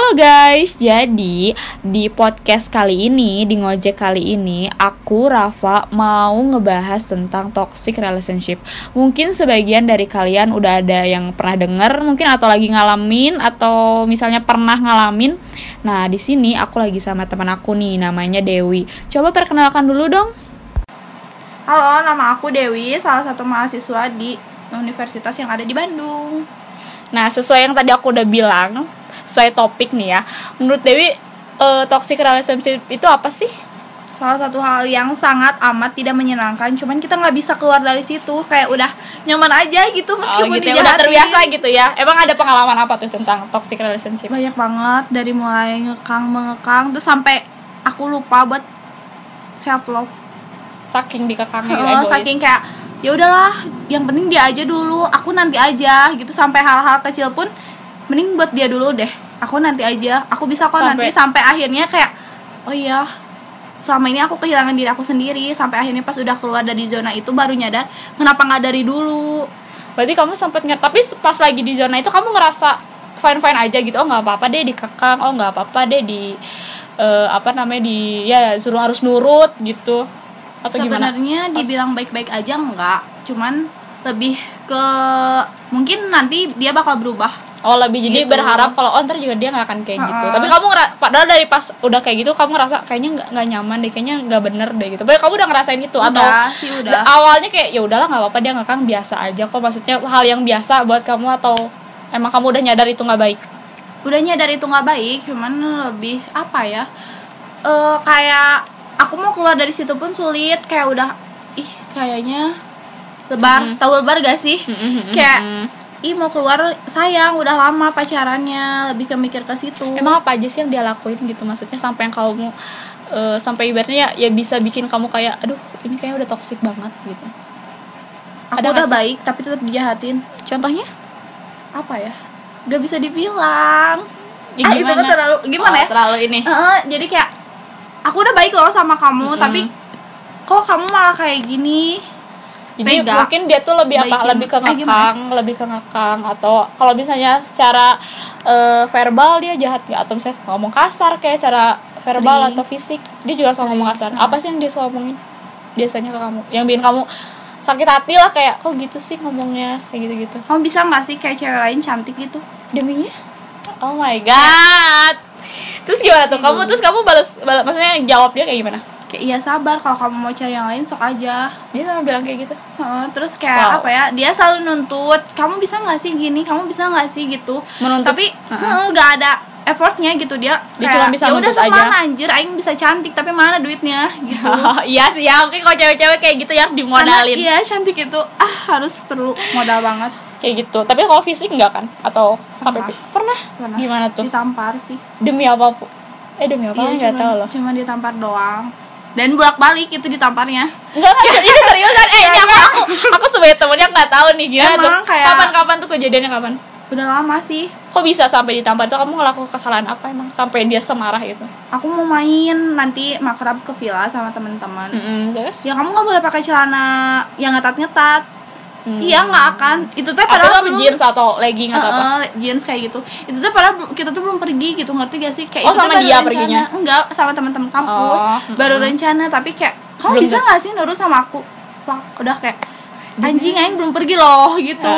Halo guys, jadi di podcast kali ini, di ngojek kali ini, aku Rafa mau ngebahas tentang toxic relationship. Mungkin sebagian dari kalian udah ada yang pernah denger, mungkin atau lagi ngalamin, atau misalnya pernah ngalamin. Nah, di sini aku lagi sama teman aku nih, namanya Dewi. Coba perkenalkan dulu dong. Halo, nama aku Dewi, salah satu mahasiswa di universitas yang ada di Bandung. Nah, sesuai yang tadi aku udah bilang, sesuai topik nih ya, menurut Dewi toxic relationship itu apa sih? Salah satu hal yang sangat amat tidak menyenangkan, cuman kita nggak bisa keluar dari situ, kayak udah nyaman aja gitu meskipun gitu, dijahatin. udah terbiasa gitu ya. Emang ada pengalaman apa tuh tentang toxic relationship? Banyak banget, dari mulai mengekang terus sampai aku lupa buat self love. Saking dikekangnya egois. Saking kayak ya udahlah, yang penting dia aja dulu, aku nanti aja gitu, sampai hal-hal kecil pun mending buat dia dulu deh, aku nanti aja, aku bisa kok nanti, sampai akhirnya kayak oh iya, selama ini aku kehilangan diri aku sendiri, sampai akhirnya pas udah keluar dari zona itu baru nyadar kenapa nggak dari dulu. Berarti kamu sempet tapi pas lagi di zona itu kamu ngerasa fine aja gitu, oh nggak apa-apa deh dikekang, oh nggak apa-apa deh di suruh harus nurut gitu, atau sebenarnya dibilang baik-baik aja enggak, cuman lebih ke mungkin nanti dia bakal berubah. Oh, lebih jadi gitu. Berharap kalau ntar juga dia nggak akan kayak gitu. Tapi kamu padahal dari pas udah kayak gitu kamu ngerasa kayaknya nggak nyaman deh, kayaknya nggak bener deh gitu. Tapi kamu udah ngerasain itu atau awalnya kayak ya udahlah nggak apa-apa dia ngekang, biasa aja kok, maksudnya hal yang biasa buat kamu, atau emang kamu udah nyadar itu nggak baik? Udah nyadar itu nggak baik, cuman lebih apa ya? Kayak aku mau keluar dari situ pun sulit, kayak udah kayaknya lebar, tahu lebar gak sih? Kayak mau keluar, sayang udah lama pacarannya, lebih ke mikir ke situ. Emang apa aja sih yang dia lakuin gitu, maksudnya sampai yang kamu sampai ibaratnya ya bisa bikin kamu kayak aduh ini kayaknya udah toksik banget gitu? Aku udah baik tapi tetap dijahatin. Contohnya apa ya, gak bisa dibilang ya, itu terlalu gimana ya, terlalu ini jadi kayak aku udah baik loh sama kamu, tapi kok kamu malah kayak gini. Jadi mungkin dia tuh lebih lebih ke ngekang, atau kalau misalnya secara verbal dia jahat nggak, atau misalnya ngomong kasar kayak secara verbal atau fisik dia juga suka ngomong kasar. Apa sih yang dia suka ngomongin biasanya ke kamu yang bikin kamu sakit hati lah, kayak kok gitu sih ngomongnya kayak gitu? Kamu bisa nggak sih kayak cewek lain cantik gitu deminya? Oh my god. Terus gimana tuh kamu? Terus kamu balas maksudnya jawab dia kayak gimana? Kayak iya sabar, kalau kamu mau cari yang lain sok aja. Dia sama bilang kayak gitu. Terus kayak apa ya, dia selalu nuntut, kamu bisa nggak sih gini, kamu bisa nggak sih gitu. Menuntut. Tapi nggak ada effortnya gitu, dia cuma bisa ya udah aja. Anjir, aing bisa cantik tapi mana duitnya gitu. Iya sih ya, mungkin kalau cewek-cewek kayak gitu ya dimodalin. Karena iya cantik itu harus perlu modal banget kayak gitu. Tapi kalau fisik enggak kan? Atau sampai pernah? Gimana tuh? Ditampar sih. Demi apa? Demi apa? Enggak tahu loh. Cuma ditampar doang. Dan bolak-balik itu ditamparnya. Enggak, ini seriusan. Ini aku sebagai temennya nggak tahu nih gimana tuh. Kapan tuh kejadiannya, kapan? Udah lama sih. Kok bisa sampai ditampar itu? Kamu ngelakuin kesalahan apa emang sampai dia semarah itu? Aku mau main nanti makrab ke villa sama teman-teman. Terus? Ya kamu nggak boleh pakai celana yang ngetat-ngetat. Iya nggak akan. Itu tuh padahal belum jeans atau legging atau apa? Jeans kayak gitu. Itu tuh padahal kita tuh belum pergi gitu, ngerti gak sih? Kayak itu sama dia perginya? Enggak, sama teman-teman kampus. Baru rencana, tapi kayak kamu bisa nggak sih nurut sama aku? Udah kayak anjing, aing belum pergi loh gitu.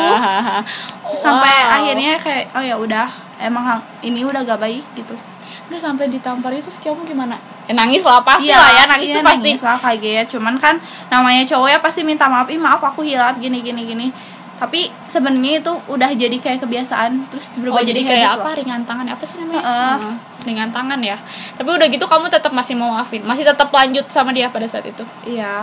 Sampai akhirnya kayak oh ya udah, emang ini udah gak baik gitu. Nggak sampai ditampar itu kamu gimana? Nangis lah pasti lah ya, nangis tuh pasti. Nangis lah kayak cuman kan namanya cowok ya pasti minta maaf, maaf aku hilap gini. Tapi sebenarnya itu udah jadi kayak kebiasaan, terus berubah jadi kayak apa? Ringan tangan apa sih namanya? Ringan tangan ya. Tapi udah gitu kamu tetap masih mau maafin, masih tetap lanjut sama dia pada saat itu? Iya.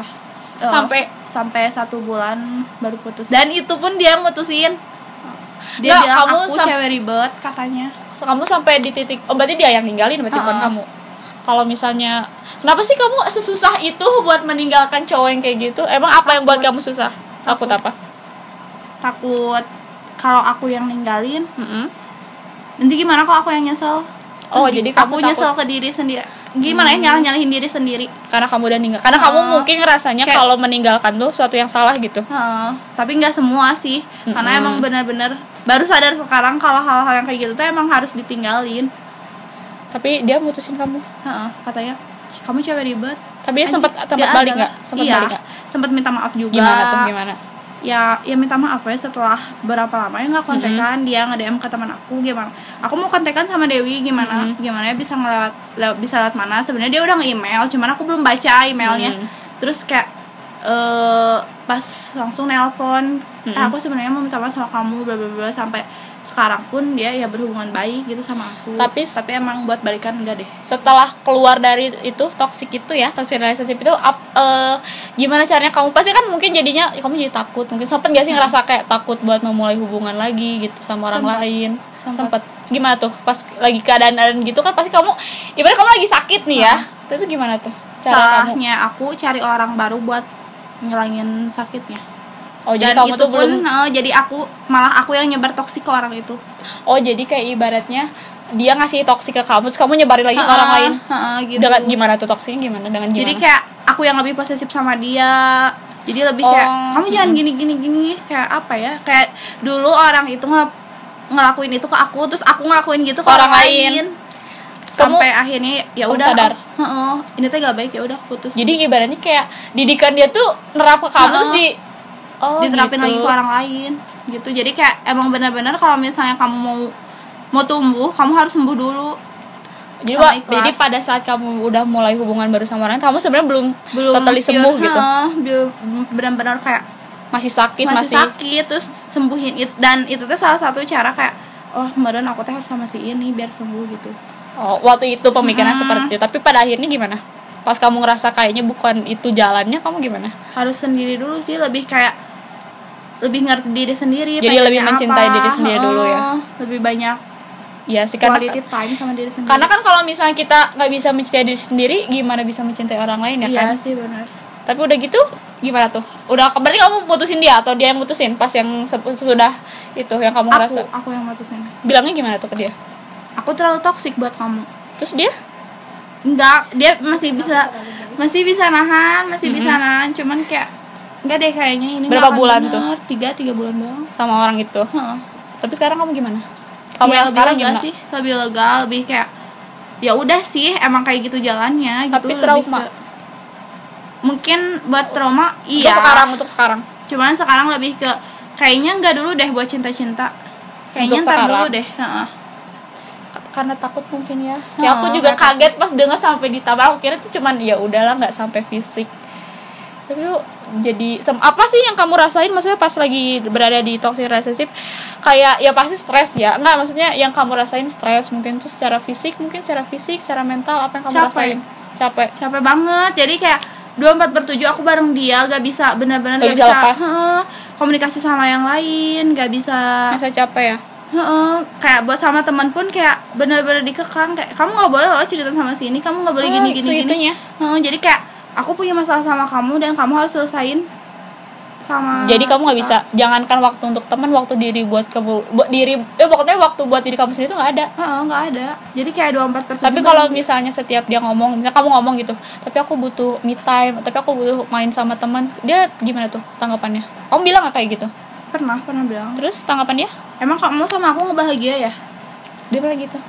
Sampai 1 bulan baru putus. Dan itu pun dia mutusin. Dia bilang kamu aku cewek ribet katanya. Kamu sampai di titik, berarti dia yang ninggalin, berarti bukan kamu. Kalau misalnya, kenapa sih kamu sesusah itu buat meninggalkan cowok yang kayak gitu? Emang apa yang buat kamu susah? Takut apa? Takut kalau aku yang ninggalin. Nanti gimana kalau aku yang nyesel? Jadi aku nyesel ke diri sendiri. Gimana ya nyalahin diri sendiri? Karena kamu udah ninggal. Karena kamu mungkin rasanya kalau meninggalkan tuh suatu yang salah gitu. Tapi nggak semua sih. Karena emang benar-benar baru sadar sekarang kalau hal-hal yang kayak gitu tuh emang harus ditinggalin. Tapi dia mutusin kamu. Katanya kamu cewek ribet. Tapi dia sempat balik nggak? Balik nggak? Sempat minta maaf juga. Gimana? Ya minta maaf ya setelah berapa lama ya nggak kontekan. Dia nge-DM ke teman aku, gimana aku mau kontekan sama Dewi, gimana ya bisa lewat mana. Sebenarnya dia udah nge-email, cuman aku belum baca emailnya. Terus kayak pas langsung nelpon, aku sebenarnya mau minta maaf sama kamu bla bla bla. Sampai sekarang pun dia ya berhubungan baik gitu sama aku. Tapi emang buat balikan enggak deh. Setelah keluar dari itu toxic relationship itu gimana caranya kamu? Pasti kan mungkin jadinya kamu jadi takut. Mungkin sempet gak sih ngerasa kayak takut buat memulai hubungan lagi gitu sama orang lain? Sempet. Gimana tuh pas lagi keadaan gitu kan pasti kamu ibarat kamu lagi sakit nih ya. Itu gimana tuh cara salahnya aku cari orang baru buat ngilangin sakitnya. Dan kamu itu tuh pun jadi malah aku yang nyebar toksik ke orang itu. Jadi kayak ibaratnya dia ngasih toksik ke kamu terus kamu nyebarin lagi ke orang lain. Gitu. Dengan gimana tuh toksiknya gimana? Jadi kayak aku yang lebih posesif sama dia. Jadi lebih kayak kamu jangan gini kayak apa ya? Kayak dulu orang itu ngelakuin itu ke aku, terus aku ngelakuin gitu ke orang lain. Sampai akhirnya ya udah sadar. Ini tuh gak baik, ya udah putus. Jadi ibaratnya kayak didikan dia tuh nerap ke kamu terus diterapin gitu. lagi ke orang lain gitu. Jadi kayak emang benar-benar kalau misalnya kamu mau tumbuh, kamu harus sembuh dulu. Jadi pada saat kamu udah mulai hubungan baru sama orang, kamu sebenarnya belum totally sembuh gitu. Benar-benar kayak masih sakit, terus sembuhin itu. Dan itu tuh salah satu cara kayak kemarin aku teh harus sama si ini biar sembuh gitu. Waktu itu pemikiran seperti itu. Tapi pada akhirnya gimana? Pas kamu ngerasa kayaknya bukan itu jalannya, kamu gimana? Harus sendiri dulu sih, lebih ngerti diri sendiri. Jadi lebih mencintai diri sendiri dulu ya. Lebih banyak sih, quality time sama diri sendiri. Karena kan kalau misalnya kita nggak bisa mencintai diri sendiri, gimana bisa mencintai orang lain ya kan? Iya sih, benar. Tapi udah gitu gimana tuh? Udah berarti kamu mutusin dia atau dia yang mutusin pas yang sesudah itu yang kamu ngerasa? Aku yang mutusin. Bilangnya gimana tuh ke dia? Aku terlalu toksik buat kamu. Terus dia? Enggak, dia masih bisa nahan, bisa nahan, cuman kayak enggak deh kayaknya ini. Berapa bulan tuh? 3 bulan doang sama orang itu. Tapi sekarang kamu gimana? Kamu yang sekarang gimana? Sih, lebih lega, lebih kayak ya udah sih, emang kayak gitu jalannya. Tapi gitu, trauma. Mungkin buat trauma iya. Untuk sekarang. Cuman sekarang lebih ke kayaknya enggak dulu deh buat cinta-cinta. Kayaknya ntar dulu deh. Karena takut mungkin ya. Kayak aku juga kaget pas denger sampai ditambah. Aku kira tuh cuman ya udahlah nggak sampai fisik. Tapi jadi apa sih yang kamu rasain? Maksudnya pas lagi berada di toxic relationship, kayak ya pasti stres ya. Enggak, maksudnya yang kamu rasain stres mungkin tuh secara fisik, secara mental, apa yang kamu rasain? Capek banget. Jadi kayak 24/7 aku bareng dia, gak bisa benar-benar gak bisa lepas. Komunikasi sama yang lain, gak bisa. Masa capek ya? Kayak buat sama teman pun kayak benar-benar dikekang, kayak kamu nggak boleh loh cerita sama sini, kamu nggak boleh gini. Jadi kayak aku punya masalah sama kamu dan kamu harus selesain sama. Jadi kamu nggak bisa, jangankan waktu untuk teman, waktu diri buat diri, pokoknya waktu buat diri kamu sendiri tuh nggak ada. Nggak ada. Jadi kayak 24/7. Tapi kalau misalnya setiap dia ngomong, misalnya kamu ngomong gitu, tapi aku butuh me time, tapi aku butuh main sama teman, dia gimana tuh tanggapannya? Kamu bilang nggak kayak gitu? Pernah bilang. Terus tanggapan dia? Emang kamu sama aku ngebahagia ya? Dia bilang gitu.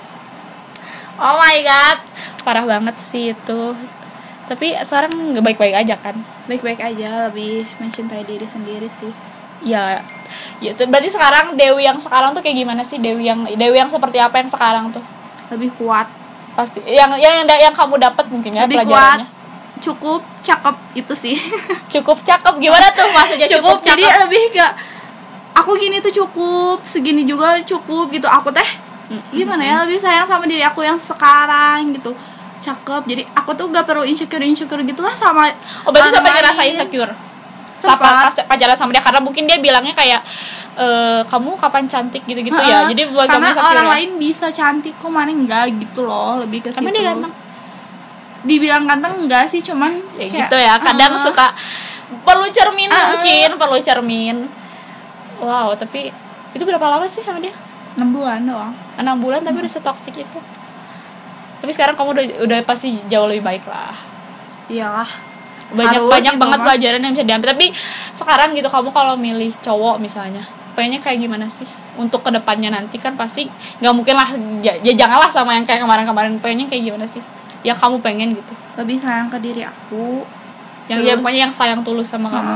Oh my god, parah banget sih itu. Tapi sekarang nggak baik-baik aja kan? Baik-baik aja, lebih mencintai diri sendiri sih. Ya berarti sekarang Dewi yang sekarang tuh kayak gimana sih? Dewi yang seperti apa yang sekarang tuh? Lebih kuat. Pasti. Yang kamu dapat mungkin ya lebih pelajarannya. Kuat. Cukup cakep itu sih. Cukup cakep gimana tuh maksudnya? Cukup cakep. Jadi lebih ke aku gini tuh cukup, segini juga cukup gitu. Aku teh gimana ya, lebih sayang sama diri aku yang sekarang gitu. Cakep. Jadi aku tuh gak perlu insecure gitulah sama. Berarti sampai ngerasa insecure pas pacaran sama dia, karena mungkin dia bilangnya kayak kamu kapan cantik gitu-gitu ya. Jadi buat kamu insecure. Karena orang lain bisa cantik kok, mana enggak gitu loh, lebih ke situ. Emang dia ganteng? Dibilang ganteng enggak sih, cuman ya kayak, gitu ya. Kadang suka perlu cermin perlu cermin. Wow, tapi itu berapa lama sih sama dia? 6 bulan doang. 6 bulan tapi udah setoksik itu. Tapi sekarang kamu udah pasti jauh lebih baik lah. Iyalah. Banyak banget pelajaran yang bisa diambil. Tapi sekarang gitu kamu kalau milih cowok misalnya, pengennya kayak gimana sih untuk kedepannya nanti? Kan pasti nggak mungkin lah janganlah sama yang kayak kemarin-kemarin. Pengennya kayak gimana sih yang kamu pengen gitu? Lebih sayang ke diri aku, yang dia pokoknya yang sayang tulus sama kamu.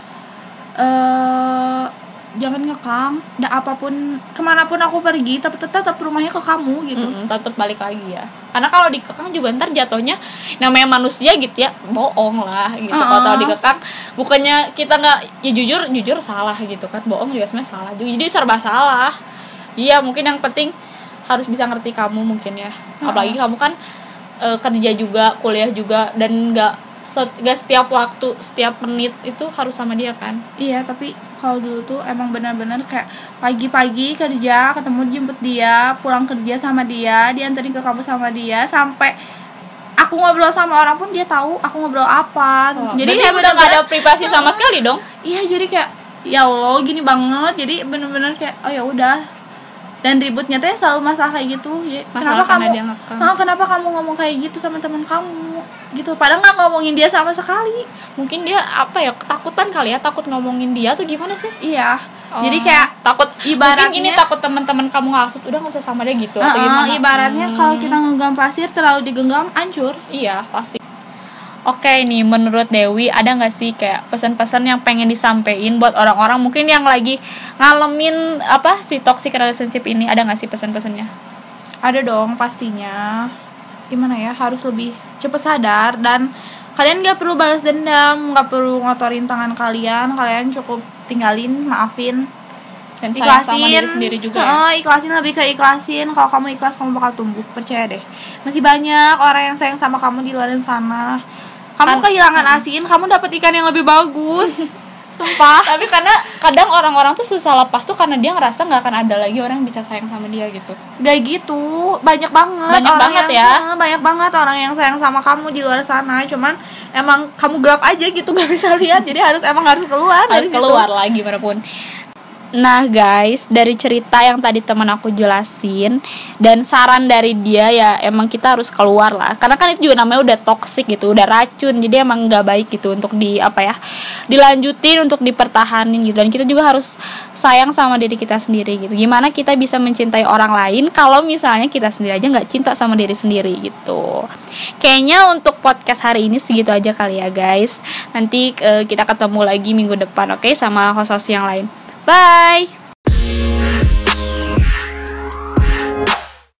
Jangan ngekang, apapun kemanapun aku pergi tetap rumahnya ke kamu gitu. Tetap balik lagi ya, karena kalau dikekang juga ntar jatuhnya namanya manusia gitu ya, bohong lah gitu. Kalau dikekang bukannya kita nggak, ya jujur salah gitu kan, bohong juga sebenarnya salah juga, jadi serba salah. Iya, mungkin yang penting harus bisa ngerti kamu mungkin ya. Apalagi kamu kan kerja juga, kuliah juga, dan nggak setiap waktu, setiap menit itu harus sama dia kan. Iya, tapi kalau dulu tuh emang benar-benar kayak pagi-pagi kerja, ketemu jemput dia, pulang kerja sama dia, dianterin ke kampus sama dia, sampai aku ngobrol sama orang pun dia tahu aku ngobrol apa. Jadi ya udah nggak ada privasi sama sekali dong. Iya, jadi kayak ya Allah gini banget. Jadi benar-benar kayak oh ya udah. Dan ributnya tuh selalu masalah kayak gitu ya. Kenapa kamu ngomong kayak gitu sama teman kamu gitu, padahal nggak ngomongin dia sama sekali. Mungkin dia apa ya, ketakutan kali ya, takut ngomongin dia tuh gimana sih? Iya. Jadi kayak takut ibaratnya mungkin ini takut teman-teman kamu ngasut, udah nggak usah sama dia gitu atau gimana. Ibaratnya kalau kita ngegenggam pasir terlalu digenggam hancur. Iya pasti. Oke, nih menurut Dewi ada nggak sih kayak pesan-pesan yang pengen disampaikan buat orang-orang mungkin yang lagi ngalamin apa si toxic relationship ini? Ada nggak sih pesan-pesannya? Ada dong pastinya. Gimana ya, harus lebih cepat sadar, dan kalian nggak perlu balas dendam, nggak perlu ngotorin tangan kalian cukup tinggalin, maafin, dan sayang sama diri sendiri juga ya? Ikhlasin, lebih ke ikhlasin. Kalau kamu ikhlas, kamu bakal tumbuh, percaya deh. Masih banyak orang yang sayang sama kamu di luar sana. Kamu kehilangan asin, kamu dapat ikan yang lebih bagus. Sumpah. Tapi karena kadang orang-orang tuh susah lepas tuh karena dia ngerasa nggak akan ada lagi orang yang bisa sayang sama dia gitu. Gak gitu, banyak banget banyak banget orang yang sayang sama kamu di luar sana. Cuman emang kamu gelap aja gitu, nggak bisa lihat. Jadi harus keluar. Harus keluar lagi manapun. Nah guys, dari cerita yang tadi teman aku jelasin dan saran dari dia ya, emang kita harus keluar lah. Karena kan itu juga namanya udah toxic gitu, udah racun. Jadi emang gak baik gitu untuk dilanjutin, untuk dipertahanin gitu. Dan kita juga harus sayang sama diri kita sendiri gitu. Gimana kita bisa mencintai orang lain kalau misalnya kita sendiri aja gak cinta sama diri sendiri gitu. Kayaknya untuk podcast hari ini segitu aja kali ya guys. Nanti kita ketemu lagi minggu depan, oke, sama host-host yang lain. Bye.